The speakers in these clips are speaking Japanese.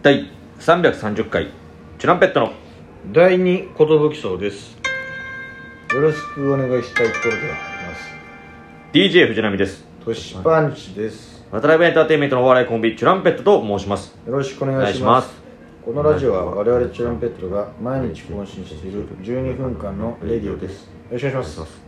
第330回チュランペットの第2寿荘です。よろしくお願いしたいところであります。 DJ 藤波です。 トシパンチです。 渡辺エンターテインメントのお笑いコンビチュランペットと申します。 よろしくお願いします。このラジオは我々チュランペットが毎日更新している12分間のレディオです。よろしくお願いします。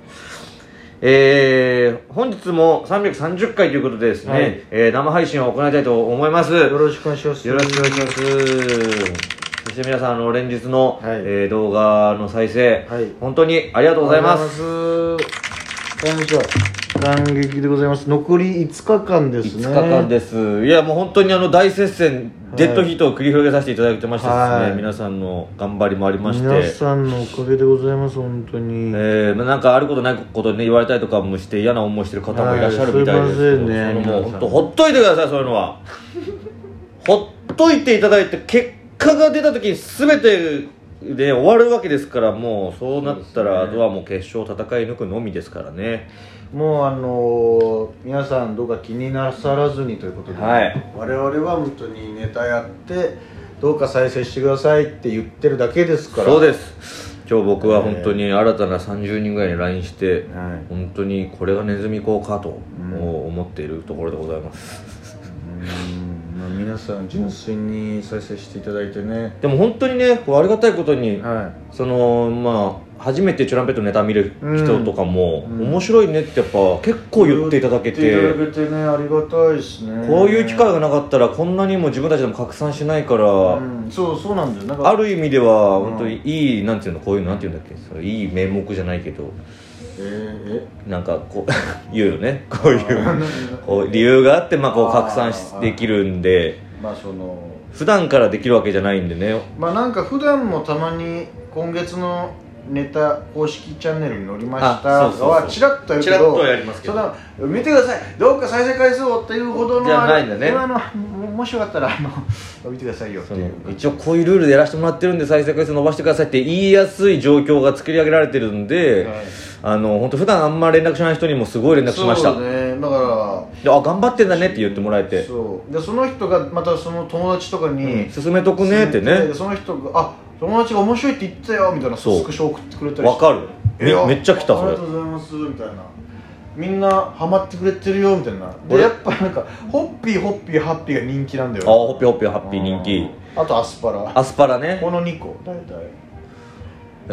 本日も330回ということでですね、生配信を行いたいと思います。 よろしくお願いします。 よろしくお願いします。そして皆さん連日の、動画の再生、本当にありがとうございます。 こんにちは。感激でございます。残り5日間ですね。 5日間です。いやもう本当に大接戦、デッドヒートを繰り広げさせていただいてましてですね、皆さんの頑張りもありまして、 皆さんのおかげでございます。本当になんかあることないことね言われたりとかもして嫌な思いしてる方もいらっしゃるみたいですけど、もう本当ほっといてください。そういうのはほっといていただいて、結果が出た時に全てで終わるわけですから、もうそうなったら、あとはもう決勝を戦い抜くのみですからね。 もう皆さんどうか気になさらずにということで、我々は本当にネタやってどうか再生してくださいって言ってるだけですから。 そうです。今日僕は本当に新たな30人ぐらいに LINE して、本当にこれがネズミ講かと思っているところでございます。 皆さん純粋に再生していただいてね。 でも本当にね、ありがたいことに、初めてチュランペットのネタ見る人とかも、面白いねってやっぱ結構言っていただけて、 ね、ありがたいですね。 こういう機会がなかったらこんなにも自分たちでも拡散しないから、 そうなんだよ。なんかある意味では本当にいい、なんていうの、こういうのなんていうんだっけ、それいい名目じゃないけど、なんかこう言うよね、こういう理由があってこう拡散できるんで、普段からできるわけじゃないんでね。 なんか普段もたまに今月のネタ公式チャンネルに載りましたとかはチラッとやるけど、その見てくださいどうか再生回数をっていうほどのじゃないんだね。 もしよかったら見てくださいよっていう。 一応こういうルールでやらせてもらってるんで再生回数伸ばしてくださいって言いやすい状況が作り上げられてるんで、本当普段あんま連絡しない人にもすごい連絡しました。 そうね、だから頑張ってんだねって言ってもらえて、 その人がまたその友達とかに、 勧めとくねってね、 その人が友達が面白いって言ってたよみたいなスクショ送ってくれたりして、 わかる、めっちゃ来た。それありがとうございますみたいな、みんなハマってくれてるよみたいな。でやっぱなんかホッピーハッピーが人気なんだよね。 ホッピーハッピー人気。 あとアスパラね、この2個大体。ア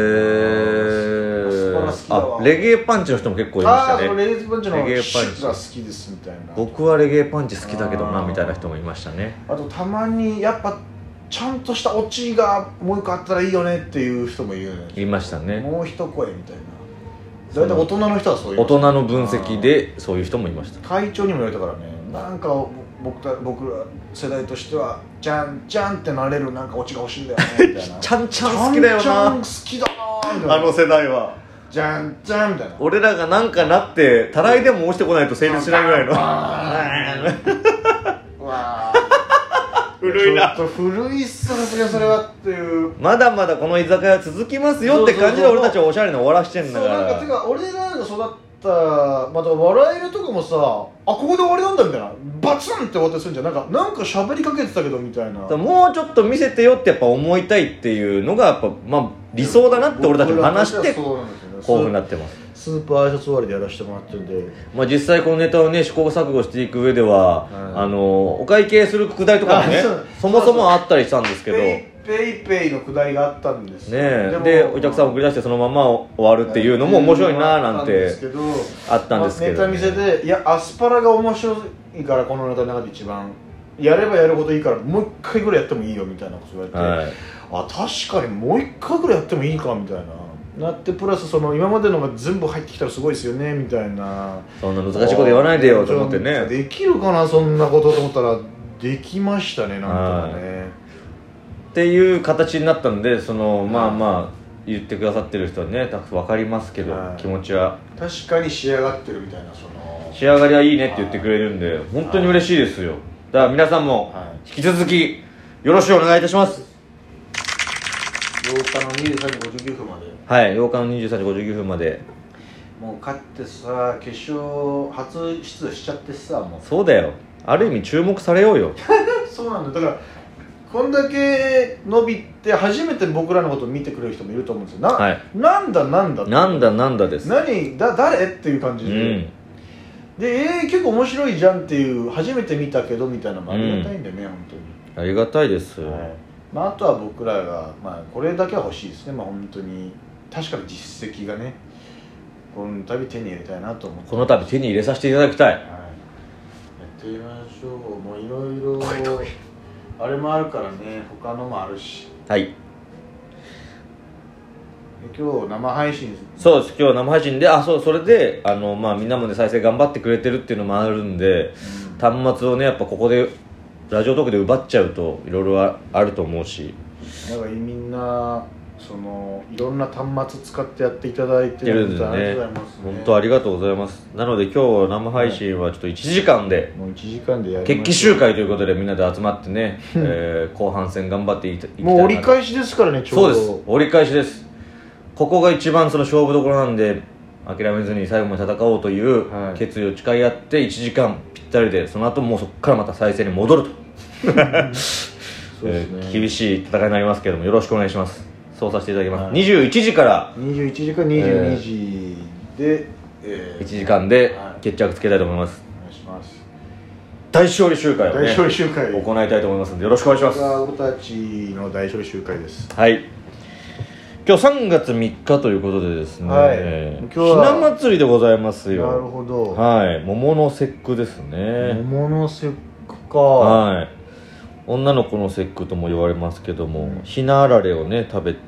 スパラ好きだわ。 レゲエパンチの人も結構いましたね。 レゲエパンチのシュが好きですみたいな。 僕はレゲエパンチ好きだけどなみたいな人もいましたね。 あとたまにやっぱちゃんとしたオチがもう一個あったらいいよねっていう人もいるよね。 いましたね。 もう一声みたいな。大体大人の人はそういう、 大人の分析でそういう人もいました。 会長にも言われたからね、なんか僕ら世代としてはじゃんじゃんってなれるなんかオチが欲しいんだよねみたいな。 ちゃん好きだよな。 ちゃん好きだなみたいな。 世代はじゃんみたいな。 俺らがなんかなってたらいでも落ちてこないと成立しないぐらいの。古いな。 ちょっと古いっすねそれはっていう。まだまだこの居酒屋続きますよって感じで俺たちはおしゃれに終わらしてんだから。 てか俺らが育ったまた笑えるとこもさ、ここで終わりなんだみたいな、バツンって終わったりするんじゃん。なんか喋りかけてたけどみたいな。 もうちょっと見せてよってやっぱ思いたいっていうのがやっぱ理想だなって俺たちも話して興奮になってます。 スーパー挨拶終わりでやらせてもらってるんで、 実際このネタをね試行錯誤していく上では、お会計するくだりとかもねそもそもあったりしたんですけど、 ペイのくだりがあったんですね。でお客さん送り出してそのまま終わるっていうのも面白いななんてあったんですけど、 ネタ見せで、いやアスパラが面白いからこのネタの中で一番やればやるほどいいからもう一回ぐらいやってもいいよみたいなこと言われて、確かにもう一回ぐらいやってもいいかみたいななって、プラスその今までのが全部入ってきたらすごいですよねみたいな。 そんな難しいこと言わないでよと思ってね。 できるかなそんなことと思ったらできましたね、なんとかねっていう形になったんで、言ってくださってる人はねたくさん分かりますけど、気持ちは確かに仕上がってるみたいな、 仕上がりはいいねって言ってくれるんで本当に嬉しいですよ。だから皆さんも引き続きよろしくお願いいたします。 8日の23時59分まで。 8日の23時59分まで。 もう勝ってさ、決勝初出場しちゃってさ、もうそうだよ、ある意味注目されようよ。 そうなんだよ。だからこんだけ伸びて初めて僕らのことを見てくれる人もいると思うんですよ。 はい、 なんだです。 誰っていう感じで、で結構面白いじゃんっていう初めて見たけどみたいなのもありがたいんだよね、本当にありがたいです、 あとは僕らが、これだけは欲しいですね。本当に確かに実績がねこの度手に入れたいなと思って、 この度手に入れさせていただきたい、 やってみましょう。もういろいろあれもあるからね、他のもあるし。 はい、 今日生配信ですね。 そうです、今日生配信で、それでみんなもね再生頑張ってくれてるっていうのもあるんで、端末をねやっぱここでラジオトークで奪っちゃうといろいろあると思うし、 だからみんないろんな端末使ってやっていただいてるんでね、本当ありがとうございます。なので今日生配信はちょっと1時間で、 もう1時間でやりましょう。 決起集会ということでみんなで集まってね、後半戦頑張っていきたいなと。 もう折り返しですからね、ちょうど。 そうです、折り返しです。ここが一番その勝負どころなんで、諦めずに最後まで戦おうという決意を誓い合って1時間ぴったりで、その後もうそこからまた再生に戻るとそうですね、厳しい戦いになりますけどもよろしくお願いします。そうさせていただきます、21時から 21時から22時で、 1時間で決着つけたいと思います。 お願いします。 大勝利集会をね、 大勝利集会行いたいと思いますのでよろしくお願いします。 僕たちの大勝利集会です。 はい、今日3月3日ということでですね、 今日ひな祭りでございますよ。 なるほど。 はい、桃の節句ですね。 桃の節句か。 はい、女の子の節句とも言われますけども、ひなあられをね食べて、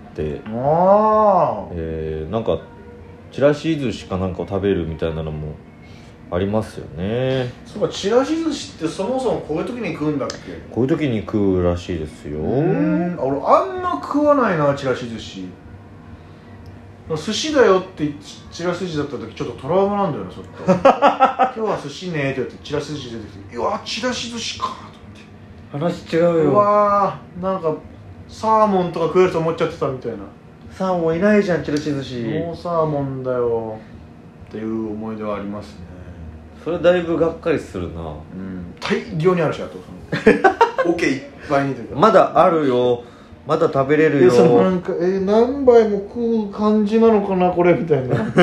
なんかちらし寿司かなんかを食べるみたいなのもありますよね。 そうか、ちらし寿司ってそもそもこういう時に食うんだっけ。 こういう時に食うらしいですよ。 俺あんま食わないな、ちらし寿司。寿司だよってちらし寿司だった時ちょっとトラウマなんだよね、ちょっと今日は寿司ねって言ってちらし寿司出てきて、うわちらし寿司かと思って、 話違うよ。 うわなんかサーモンとか食えると思っちゃってたみたいな。 サーモンいないじゃん、ちらし寿司。 ノーサーモンだよっていう思い出はありますね。 それだいぶがっかりするな。 大量にあるし、あとオケいっぱいにというかまだあるよ、まだ食べれるよ。 なんか何杯も食う感じなのかなこれみたいなあ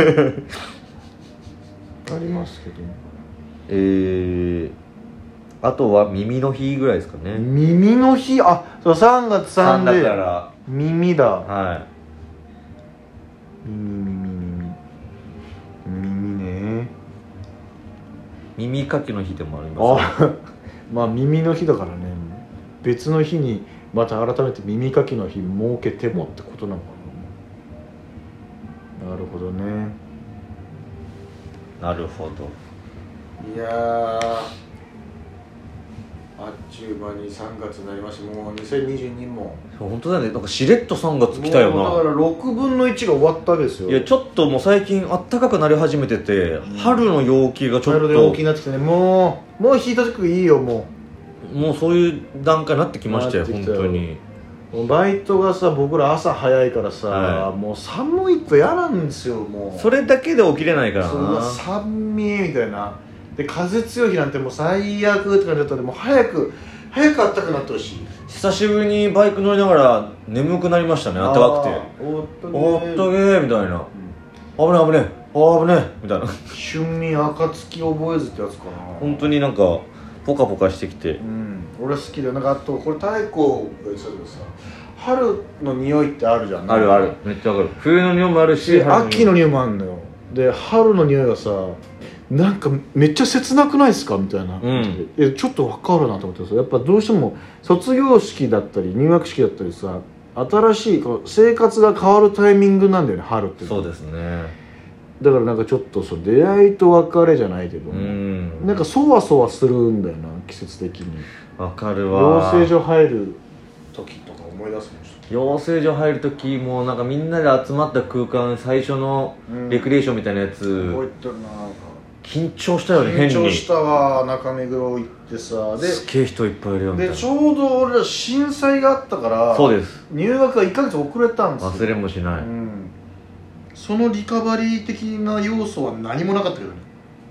りますけど、 あとは耳の日ぐらいですかね。 耳の日、そう3月3でだから耳だ。 はい、 耳ね。 耳かきの日でもありますね。 耳の日だからね、別の日にまた改めて耳かきの日設けてもってことなのかな。なるほどね。 なるほど。 いやあっちゅう間に3月になりました。もう2022も本当だね、なんかしれっと3月来たよな。 だから6分の1が終わったですよ。 いやちょっともう最近暖かくなり始めてて、春の陽気がちょっと春の陽気になってきてね、もう引いた時いいよ。もうそういう段階になってきましたよ、本当に。 バイトがさ、僕ら朝早いからさ、もう寒いと嫌なんですよ。もうそれだけで起きれないからな。 寒いみたいな。で風強い日なんてもう最悪って感じだったんで、もう早く暖かくなってほしい。 久しぶりにバイク乗りながら眠くなりましたね、暖かくて。おっとげーみたいな、危ね危ねみたいな。 春眠暁覚えずってやつかな。 本当になんかポカポカしてきて、 俺好きだよ。なんかあとこれ太鼓が言ってたけどさ、春の匂いってあるじゃん。 あるある、めっちゃわかる。冬の匂いもあるし、 秋の匂いもあるんだよ。で春の匂いがさ、なんかめっちゃ切なくないですかみたいな、ちょっと分かるなと思ってさ、やっぱどうしても卒業式だったり入学式だったりさ、新しい生活が変わるタイミングなんだよね、春って。 そうですね。 だからなんかちょっと出会いと別れじゃないけど、なんかそわそわするんだよな、季節的に。 わかるわ。 養成所入る時とか思い出すもん。 養成所入る時もなんかみんなで集まった空間、最初のレクリエーションみたいなやつ、 覚えてるな。 緊張したよね、変に。 緊張したわ。中目黒行ってさ、 すげえ人いっぱいいるよみたいな。 でちょうど俺ら震災があったから、 そうです、 入学が1ヶ月遅れたんですよ。 忘れもしない、 そのリカバリー的な要素は何もなかったけどね。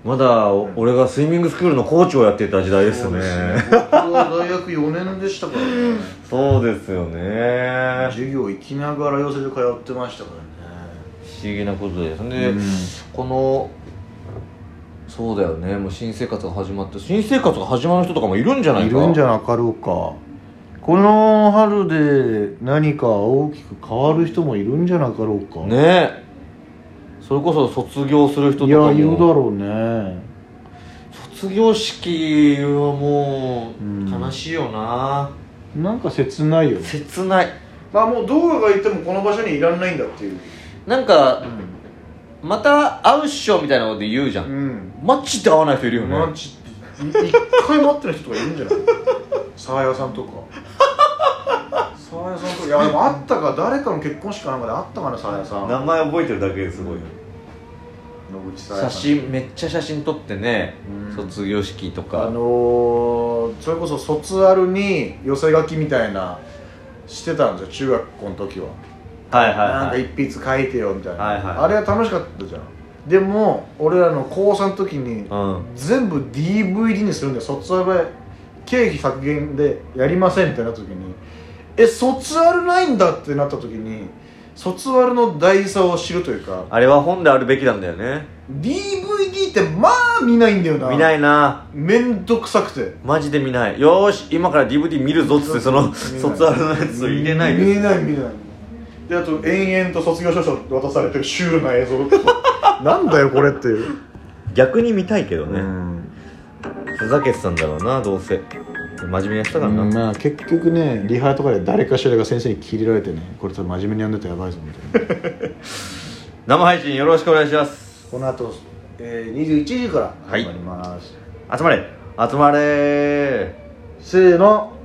まだ俺がスイミングスクールのコーチをやっていた時代ですね。 僕は大学4年でしたからね。 そうですよね。 授業行きながら養成所通ってましたからね。 不思議なことですね、このそうだよね、もう新生活が始まって、新生活が始まる人とかもいるんじゃないか。 いるんじゃなかろうか。この春で何か大きく変わる人もいるんじゃなかろうかねえ。それこそ卒業する人とかもいやいるだろうね。 卒業式はもう悲しいよな、 なんか切ないよね。 切ない。 まあもうどうがいてもこの場所にいらんないんだっていう。 なんか、また会うっしょみたいなことで言うじゃん、マジで会わない人いるよね。 マジ一回待ってる人とかいるんじゃないサーヤさんとかサーヤさんとか。いやでも会ったか、誰かの結婚式かなんかで会ったかな、サーヤさん。 名前覚えてるだけですごいよ、 野口サーヤさん。 写真めっちゃ写真撮ってね、卒業式とかそれこそ卒アルに寄せ書きみたいなしてたんですよ、中学校の時は。 はいはいはい、 なんか一筆書いてよみたいな、 はいはい、 あれは楽しかったじゃん。でも俺らの高3の時に全部 DVD にするんだよ。卒アル経費削減でやりませんってなった時に、卒アルないんだってなった時に、卒アルの大事さを知るというか、 あれは本であるべきなんだよね。 DVD ってまあ見ないんだよな。 見ないな、 めんどくさくてマジで見ない。よーし今から DVD 見るぞっつってその卒アルのやつを入れないです。 見えないで、あと延々と卒業証書渡されてるシュールな映像なんだよこれっていう。 逆に見たいけどね、ふざけてたんだろうな、どうせ真面目にやってたからな、 まあ結局ね、リハとかで誰かしらが先生に切れられてね、これ多分真面目にやんないとやばいぞみたいな生配信よろしくお願いします。 この後、21時から始まります、 集まれ集まれー。 せーの。